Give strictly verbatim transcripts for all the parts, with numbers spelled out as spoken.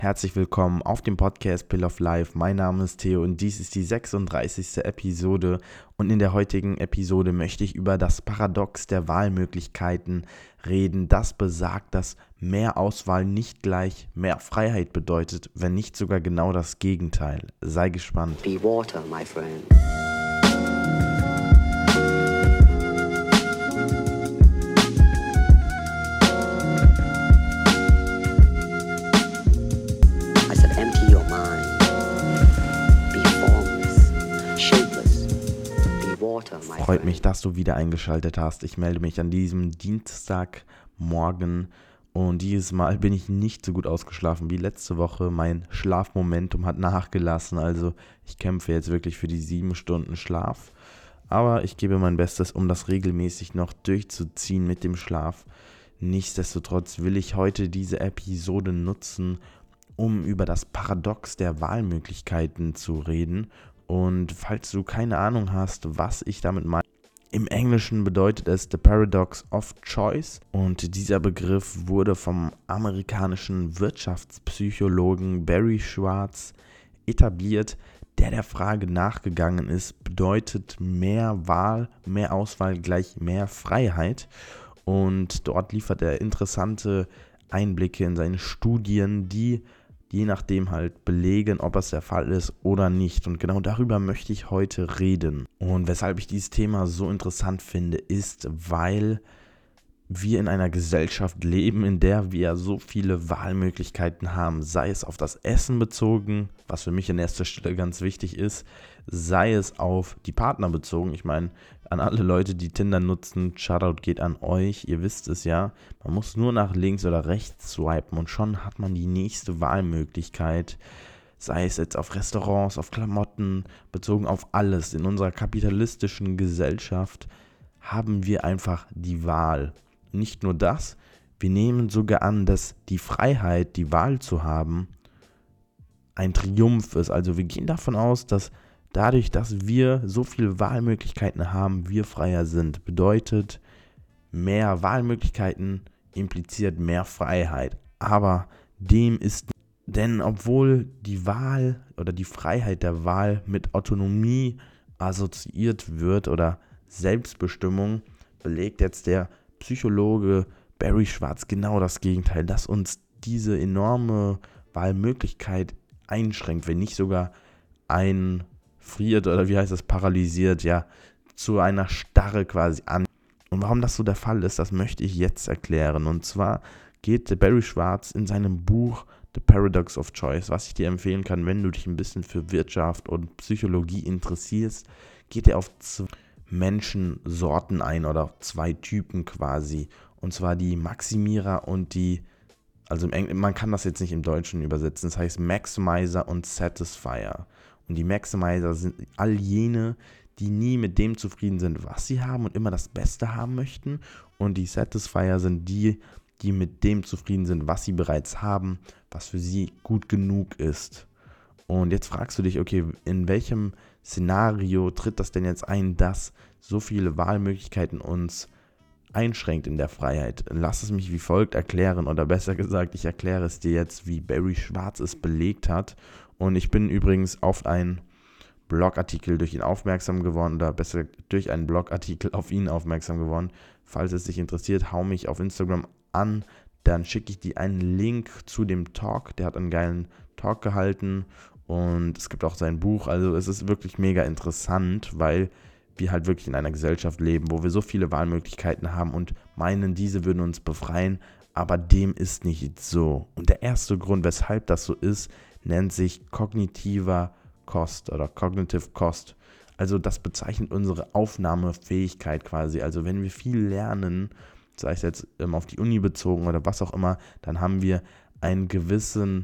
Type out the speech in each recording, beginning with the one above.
Herzlich willkommen auf dem Podcast Pill of Life. Mein Name ist Theo und dies ist die sechsunddreißigste Episode. Und in der heutigen Episode möchte ich über das Paradox der Wahlmöglichkeiten reden. Das besagt, dass mehr Auswahl nicht gleich mehr Freiheit bedeutet, wenn nicht sogar genau das Gegenteil. Sei gespannt. Be water, my friend. I said, empty your mind. Be formless, shapeless. Be water, my friend. Freut mich, dass du wieder eingeschaltet hast. Ich melde mich an diesem Dienstagmorgen und dieses Mal bin ich nicht so gut ausgeschlafen wie letzte Woche. Mein Schlafmomentum hat nachgelassen, also ich kämpfe jetzt wirklich für die sieben Stunden Schlaf. Aber ich gebe mein Bestes, um das regelmäßig noch durchzuziehen mit dem Schlaf. Nichtsdestotrotz will ich heute diese Episode nutzen, um über das Paradox der Wahlmöglichkeiten zu reden. Und falls du keine Ahnung hast, was ich damit meine, im Englischen bedeutet es The Paradox of Choice. Und dieser Begriff wurde vom amerikanischen Wirtschaftspsychologen Barry Schwartz etabliert, der der Frage nachgegangen ist, bedeutet mehr Wahl, mehr Auswahl gleich mehr Freiheit? Und dort liefert er interessante Einblicke in seine Studien, die je nachdem halt belegen, ob es der Fall ist oder nicht. Und genau darüber möchte ich heute reden. Und weshalb ich dieses Thema so interessant finde, ist, weil wir in einer Gesellschaft leben, in der wir so viele Wahlmöglichkeiten haben, sei es auf das Essen bezogen, was für mich an erster Stelle ganz wichtig ist, sei es auf die Partner bezogen. Ich meine, an alle Leute, die Tinder nutzen, Shoutout geht an euch, ihr wisst es ja, man muss nur nach links oder rechts swipen und schon hat man die nächste Wahlmöglichkeit, sei es jetzt auf Restaurants, auf Klamotten, bezogen auf alles. In unserer kapitalistischen Gesellschaft haben wir einfach die Wahl. Nicht nur das, wir nehmen sogar an, dass die Freiheit, die Wahl zu haben, ein Triumph ist. Also wir gehen davon aus, dass dadurch, dass wir so viele Wahlmöglichkeiten haben, wir freier sind. Bedeutet, mehr Wahlmöglichkeiten impliziert mehr Freiheit. Aber dem ist, denn obwohl die Wahl oder die Freiheit der Wahl mit Autonomie assoziiert wird oder Selbstbestimmung, belegt jetzt der Psychologe Barry Schwartz genau das Gegenteil, dass uns diese enorme Wahlmöglichkeit einschränkt, wenn nicht sogar einfriert oder wie heißt das, paralysiert, ja, zu einer Starre quasi an. Und warum das so der Fall ist, das möchte ich jetzt erklären. Und zwar geht Barry Schwartz in seinem Buch The Paradox of Choice, was ich dir empfehlen kann, wenn du dich ein bisschen für Wirtschaft und Psychologie interessierst, geht er auf zwei Menschensorten ein oder zwei Typen quasi. Und zwar die Maximierer und die, also im Englischen, man kann das jetzt nicht im Deutschen übersetzen, das heißt Maximizer und Satisfier. Und die Maximizer sind all jene, die nie mit dem zufrieden sind, was sie haben und immer das Beste haben möchten. Und die Satisfier sind die, die mit dem zufrieden sind, was sie bereits haben, was für sie gut genug ist. Und jetzt fragst du dich, okay, in welchem Szenario tritt das denn jetzt ein, dass so viele Wahlmöglichkeiten uns einschränkt in der Freiheit? Lass es mich wie folgt erklären, oder besser gesagt, ich erkläre es dir jetzt, wie Barry Schwartz es belegt hat. Und ich bin übrigens auf einen Blogartikel durch ihn aufmerksam geworden, oder besser durch einen Blogartikel auf ihn aufmerksam geworden. Falls es dich interessiert, hau mich auf Instagram an, dann schicke ich dir einen Link zu dem Talk. Der hat einen geilen Talk gehalten und es gibt auch sein Buch. Also es ist wirklich mega interessant, weil wir halt wirklich in einer Gesellschaft leben, wo wir so viele Wahlmöglichkeiten haben und meinen, diese würden uns befreien, aber dem ist nicht so. Und der erste Grund, weshalb das so ist, nennt sich kognitiver Cost oder Cognitive Cost. Also das bezeichnet unsere Aufnahmefähigkeit quasi. Also wenn wir viel lernen, sei es jetzt ähm, auf die Uni bezogen oder was auch immer, dann haben wir einen gewissen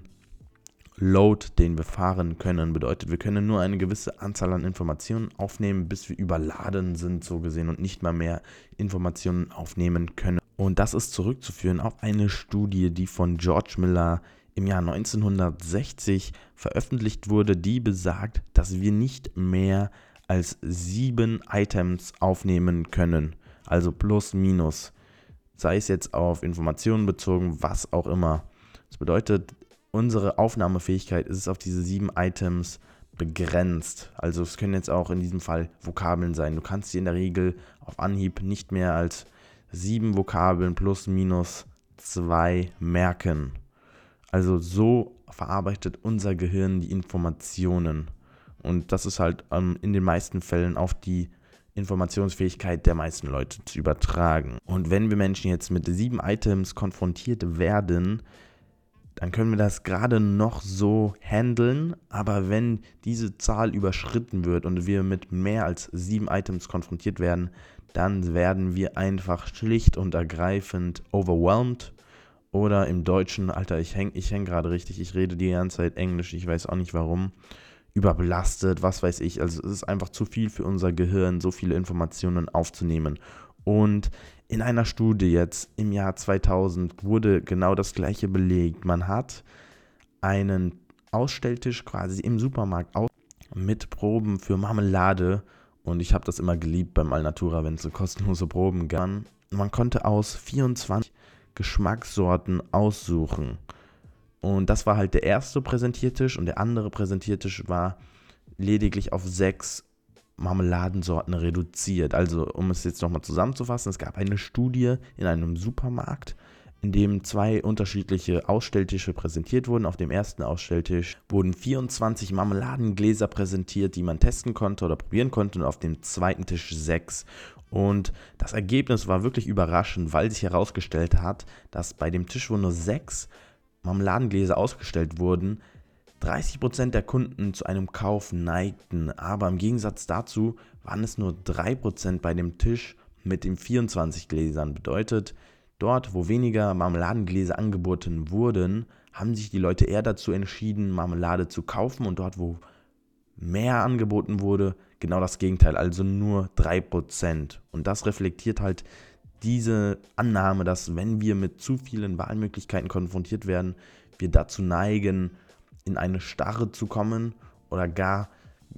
Load, den wir fahren können. Bedeutet, wir können nur eine gewisse Anzahl an Informationen aufnehmen, bis wir überladen sind, so gesehen, und nicht mal mehr Informationen aufnehmen können. Und das ist zurückzuführen auf eine Studie, die von George Miller im Jahr neunzehnhundertsechzig veröffentlicht wurde, die besagt, dass wir nicht mehr als sieben Items aufnehmen können. Also plus, minus. Sei es jetzt auf Informationen bezogen, was auch immer. Das bedeutet, unsere Aufnahmefähigkeit ist auf diese sieben Items begrenzt. Also es können jetzt auch in diesem Fall Vokabeln sein. Du kannst dir in der Regel auf Anhieb nicht mehr als sieben Vokabeln plus minus zwei merken. Also so verarbeitet unser Gehirn die Informationen. Und das ist halt ähm, in den meisten Fällen auf die Informationsfähigkeit der meisten Leute zu übertragen. Und wenn wir Menschen jetzt mit sieben Items konfrontiert werden, dann können wir das gerade noch so handeln, aber wenn diese Zahl überschritten wird und wir mit mehr als sieben Items konfrontiert werden, dann werden wir einfach schlicht und ergreifend overwhelmed oder im Deutschen, Alter, ich häng, ich häng gerade richtig, ich rede die ganze Zeit Englisch, ich weiß auch nicht warum, überbelastet, was weiß ich, also es ist einfach zu viel für unser Gehirn, so viele Informationen aufzunehmen. Und in einer Studie jetzt im Jahr zweitausend wurde genau das Gleiche belegt. Man hat einen Ausstelltisch quasi im Supermarkt aus mit Proben für Marmelade. Und ich habe das immer geliebt beim Alnatura, wenn es so kostenlose Proben gab. Man konnte aus vierundzwanzig Geschmackssorten aussuchen. Und das war halt der erste Präsentiertisch und der andere Präsentiertisch war lediglich auf sechs Marmeladensorten reduziert. Also, um es jetzt nochmal zusammenzufassen, es gab eine Studie in einem Supermarkt, in dem zwei unterschiedliche Ausstelltische präsentiert wurden. Auf dem ersten Ausstelltisch wurden vierundzwanzig Marmeladengläser präsentiert, die man testen konnte oder probieren konnte, und auf dem zweiten Tisch sechs. Und das Ergebnis war wirklich überraschend, weil sich herausgestellt hat, dass bei dem Tisch, wo nur sechs Marmeladengläser ausgestellt wurden, dreißig Prozent der Kunden zu einem Kauf neigten, aber im Gegensatz dazu waren es nur drei Prozent bei dem Tisch mit den vierundzwanzig Gläsern. Bedeutet, dort, wo weniger Marmeladengläser angeboten wurden, haben sich die Leute eher dazu entschieden, Marmelade zu kaufen, und dort, wo mehr angeboten wurde, genau das Gegenteil, also nur drei Prozent. Und das reflektiert halt diese Annahme, dass wenn wir mit zu vielen Wahlmöglichkeiten konfrontiert werden, wir dazu neigen, in eine Starre zu kommen oder gar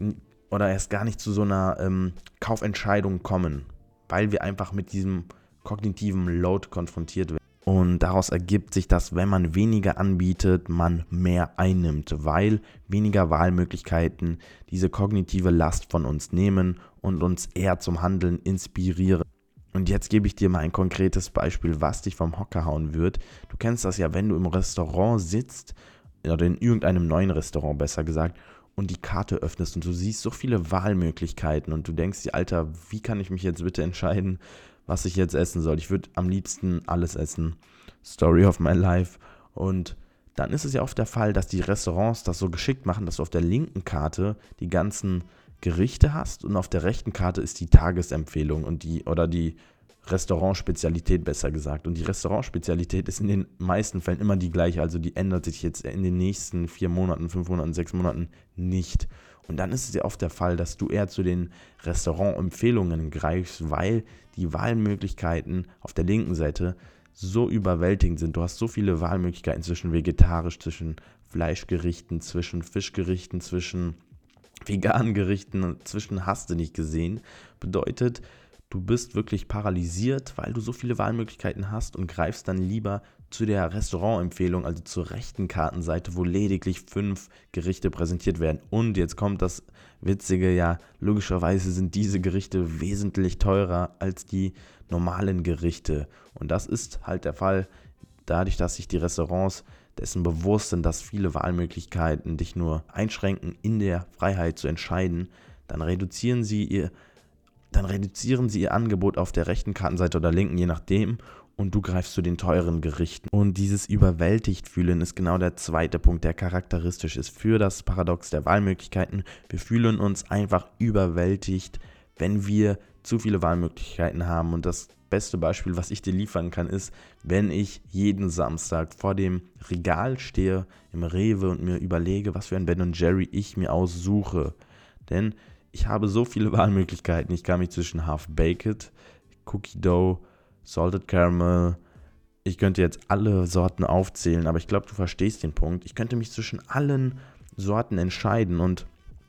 oder erst gar nicht zu so einer ähm, Kaufentscheidung kommen, weil wir einfach mit diesem kognitiven Load konfrontiert werden. Und daraus ergibt sich, dass wenn man weniger anbietet, man mehr einnimmt, weil weniger Wahlmöglichkeiten diese kognitive Last von uns nehmen und uns eher zum Handeln inspirieren. Und jetzt gebe ich dir mal ein konkretes Beispiel, was dich vom Hocker hauen wird. Du kennst das ja, wenn du im Restaurant sitzt, oder in irgendeinem neuen Restaurant besser gesagt, und die Karte öffnest und du siehst so viele Wahlmöglichkeiten und du denkst dir, Alter, wie kann ich mich jetzt bitte entscheiden, was ich jetzt essen soll? Ich würde am liebsten alles essen. Story of my life. Und dann ist es ja oft der Fall, dass die Restaurants das so geschickt machen, dass du auf der linken Karte die ganzen Gerichte hast und auf der rechten Karte ist die Tagesempfehlung und die oder die Restaurantspezialität besser gesagt. Und die Restaurantspezialität ist in den meisten Fällen immer die gleiche, also die ändert sich jetzt in den nächsten vier Monaten, fünf Monaten, sechs Monaten nicht. Und dann ist es ja oft der Fall, dass du eher zu den Restaurantempfehlungen greifst, weil die Wahlmöglichkeiten auf der linken Seite so überwältigend sind. Du hast so viele Wahlmöglichkeiten zwischen vegetarisch, zwischen Fleischgerichten, zwischen Fischgerichten, zwischen veganen Gerichten, zwischen hast du nicht gesehen. Bedeutet, du bist wirklich paralysiert, weil du so viele Wahlmöglichkeiten hast und greifst dann lieber zu der Restaurantempfehlung, also zur rechten Kartenseite, wo lediglich fünf Gerichte präsentiert werden. Und jetzt kommt das Witzige, ja, logischerweise sind diese Gerichte wesentlich teurer als die normalen Gerichte. Und das ist halt der Fall, dadurch, dass sich die Restaurants dessen bewusst sind, dass viele Wahlmöglichkeiten dich nur einschränken, in der Freiheit zu entscheiden, dann reduzieren sie ihr dann reduzieren sie ihr Angebot auf der rechten Kartenseite oder linken, je nachdem, und du greifst zu den teuren Gerichten. Und dieses überwältigt fühlen ist genau der zweite Punkt, der charakteristisch ist für das Paradox der Wahlmöglichkeiten. Wir fühlen uns einfach überwältigt, wenn wir zu viele Wahlmöglichkeiten haben. Und das beste Beispiel, was ich dir liefern kann, ist, wenn ich jeden Samstag vor dem Regal stehe im Rewe und mir überlege, was für ein Ben und Jerry ich mir aussuche. Denn ich habe so viele Wahlmöglichkeiten. Ich kann mich zwischen Half-Baked, Cookie Dough, Salted Caramel, ich könnte jetzt alle Sorten aufzählen, aber ich glaube, du verstehst den Punkt. Ich könnte mich zwischen allen Sorten entscheiden und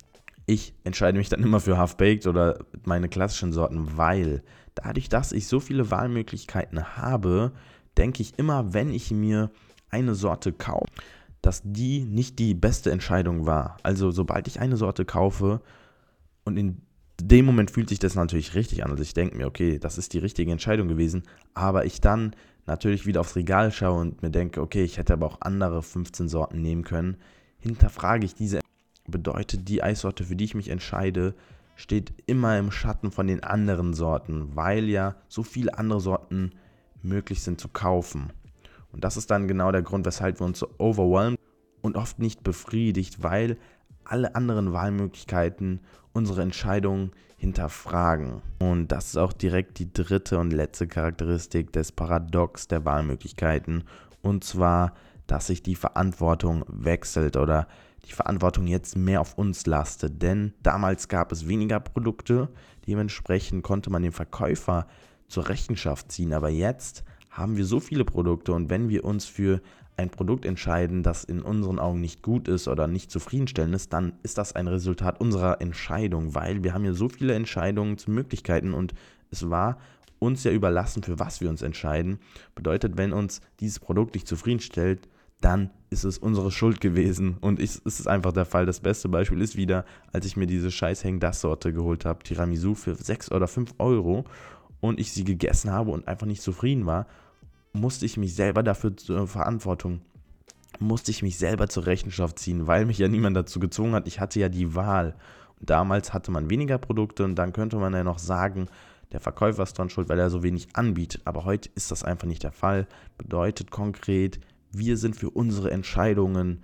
ich entscheide mich dann immer für Half-Baked oder meine klassischen Sorten, weil dadurch, dass ich so viele Wahlmöglichkeiten habe, denke ich immer, wenn ich mir eine Sorte kaufe, dass die nicht die beste Entscheidung war. Also sobald ich eine Sorte kaufe und in dem Moment fühlt sich das natürlich richtig an. Also ich denke mir, okay, das ist die richtige Entscheidung gewesen, aber ich dann natürlich wieder aufs Regal schaue und mir denke, okay, ich hätte aber auch andere fünfzehn Sorten nehmen können, hinterfrage ich diese. Bedeutet, die Eissorte, für die ich mich entscheide, steht immer im Schatten von den anderen Sorten, weil ja so viele andere Sorten möglich sind zu kaufen. Und das ist dann genau der Grund, weshalb wir uns so overwhelmed und oft nicht befriedigt, weil alle anderen Wahlmöglichkeiten unsere Entscheidungen hinterfragen. Und das ist auch direkt die dritte und letzte Charakteristik des Paradox der Wahlmöglichkeiten. Und zwar, dass sich die Verantwortung wechselt oder die Verantwortung jetzt mehr auf uns lastet. Denn damals gab es weniger Produkte, dementsprechend konnte man den Verkäufer zur Rechenschaft ziehen. Aber jetzt haben wir so viele Produkte und wenn wir uns für ein Produkt entscheiden, das in unseren Augen nicht gut ist oder nicht zufriedenstellend ist, dann ist das ein Resultat unserer Entscheidung, weil wir haben ja so viele Entscheidungen zu Möglichkeiten und es war uns ja überlassen, für was wir uns entscheiden. Bedeutet, wenn uns dieses Produkt nicht zufriedenstellt, dann ist es unsere Schuld gewesen und es ist einfach der Fall. Das beste Beispiel ist wieder, als ich mir diese scheiß Hang-Das-Sorte geholt habe, Tiramisu für sechs oder fünf Euro und ich sie gegessen habe und einfach nicht zufrieden war, musste ich mich selber dafür zur Verantwortung, musste ich mich selber zur Rechenschaft ziehen, weil mich ja niemand dazu gezwungen hat. Ich hatte ja die Wahl. Und damals hatte man weniger Produkte und dann könnte man ja noch sagen, der Verkäufer ist dran schuld, weil er so wenig anbietet. Aber heute ist das einfach nicht der Fall. Bedeutet konkret, wir sind für unsere Entscheidungen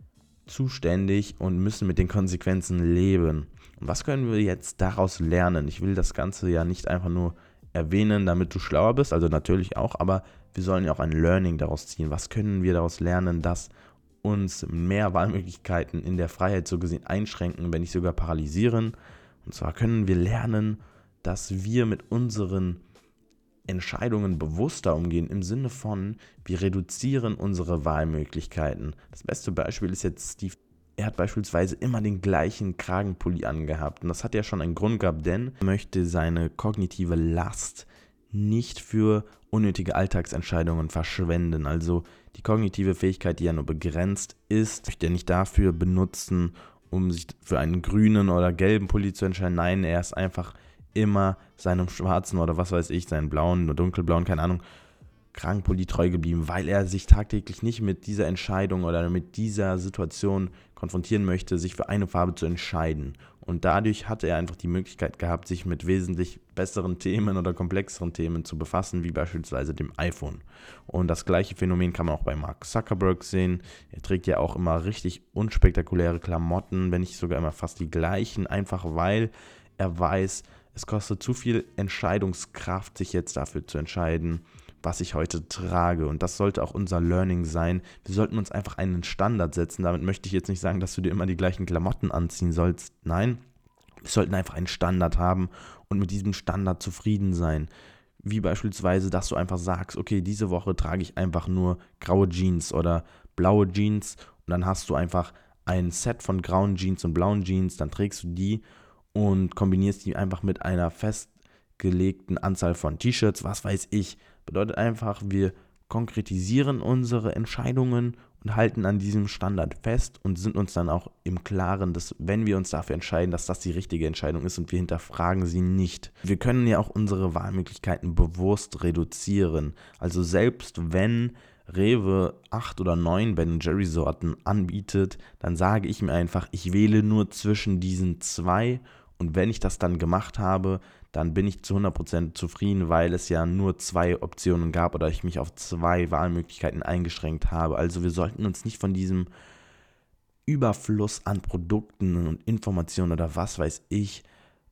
zuständig und müssen mit den Konsequenzen leben. Und was können wir jetzt daraus lernen? Ich will das Ganze ja nicht einfach nur erwähnen, damit du schlauer bist, also natürlich auch, aber wir sollen ja auch ein Learning daraus ziehen. Was können wir daraus lernen, dass uns mehr Wahlmöglichkeiten in der Freiheit so gesehen einschränken, wenn nicht sogar paralysieren? Und zwar können wir lernen, dass wir mit unseren Entscheidungen bewusster umgehen, im Sinne von, wir reduzieren unsere Wahlmöglichkeiten. Das beste Beispiel ist jetzt Steve. Er hat beispielsweise immer den gleichen Kragenpulli angehabt und das hat ja schon einen Grund gehabt, denn er möchte seine kognitive Last nicht für unnötige Alltagsentscheidungen verschwenden. Also die kognitive Fähigkeit, die ja nur begrenzt ist, möchte er nicht dafür benutzen, um sich für einen grünen oder gelben Pulli zu entscheiden. Nein, er ist einfach immer seinem schwarzen oder was weiß ich, seinen blauen oder dunkelblauen, keine Ahnung, Kragenpulli treu geblieben, weil er sich tagtäglich nicht mit dieser Entscheidung oder mit dieser Situation konfrontieren möchte, sich für eine Farbe zu entscheiden. Und dadurch hatte er einfach die Möglichkeit gehabt, sich mit wesentlich besseren Themen oder komplexeren Themen zu befassen, wie beispielsweise dem iPhone. Und das gleiche Phänomen kann man auch bei Mark Zuckerberg sehen. Er trägt ja auch immer richtig unspektakuläre Klamotten, wenn nicht sogar immer fast die gleichen, einfach weil er weiß, es kostet zu viel Entscheidungskraft, sich jetzt dafür zu entscheiden, was ich heute trage. Und das sollte auch unser Learning sein. Wir sollten uns einfach einen Standard setzen. Damit möchte ich jetzt nicht sagen, dass du dir immer die gleichen Klamotten anziehen sollst. Nein, wir sollten einfach einen Standard haben und mit diesem Standard zufrieden sein. Wie beispielsweise, dass du einfach sagst, okay, diese Woche trage ich einfach nur graue Jeans oder blaue Jeans und dann hast du einfach ein Set von grauen Jeans und blauen Jeans, dann trägst du die und kombinierst die einfach mit einer festgelegten Anzahl von T-Shirts, was weiß ich. Bedeutet einfach, wir konkretisieren unsere Entscheidungen und halten an diesem Standard fest und sind uns dann auch im Klaren, dass wenn wir uns dafür entscheiden, dass das die richtige Entscheidung ist und wir hinterfragen sie nicht. Wir können ja auch unsere Wahlmöglichkeiten bewusst reduzieren. Also selbst wenn Rewe acht oder neun Ben und Jerry Sorten anbietet, dann sage ich mir einfach, ich wähle nur zwischen diesen zwei und wenn ich das dann gemacht habe, dann bin ich zu hundert Prozent zufrieden, weil es ja nur zwei Optionen gab oder ich mich auf zwei Wahlmöglichkeiten eingeschränkt habe. Also wir sollten uns nicht von diesem Überfluss an Produkten und Informationen oder was weiß ich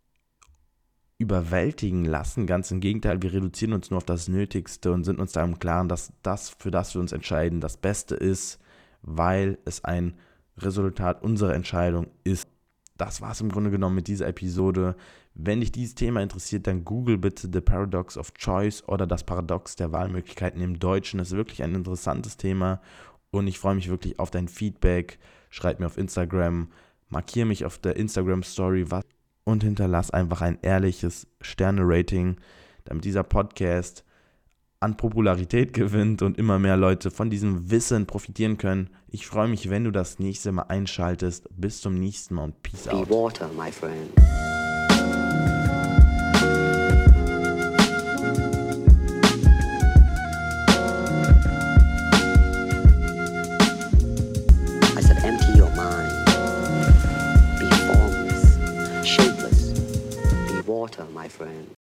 überwältigen lassen. Ganz im Gegenteil, wir reduzieren uns nur auf das Nötigste und sind uns da im Klaren, dass das, für das wir uns entscheiden, das Beste ist, weil es ein Resultat unserer Entscheidung ist. Das war es im Grunde genommen mit dieser Episode. Wenn dich dieses Thema interessiert, dann google bitte The Paradox of Choice oder das Paradox der Wahlmöglichkeiten im Deutschen. Das ist wirklich ein interessantes Thema und ich freue mich wirklich auf dein Feedback. Schreib mir auf Instagram, markiere mich auf der Instagram-Story und hinterlass einfach ein ehrliches Sterne-Rating, damit dieser Podcast an Popularität gewinnt und immer mehr Leute von diesem Wissen profitieren können. Ich freue mich, wenn du das nächste Mal einschaltest. Bis zum nächsten Mal und Peace Be out. water, my friend. I said, empty your mind. Be formless, shapeless. Be water, my friend.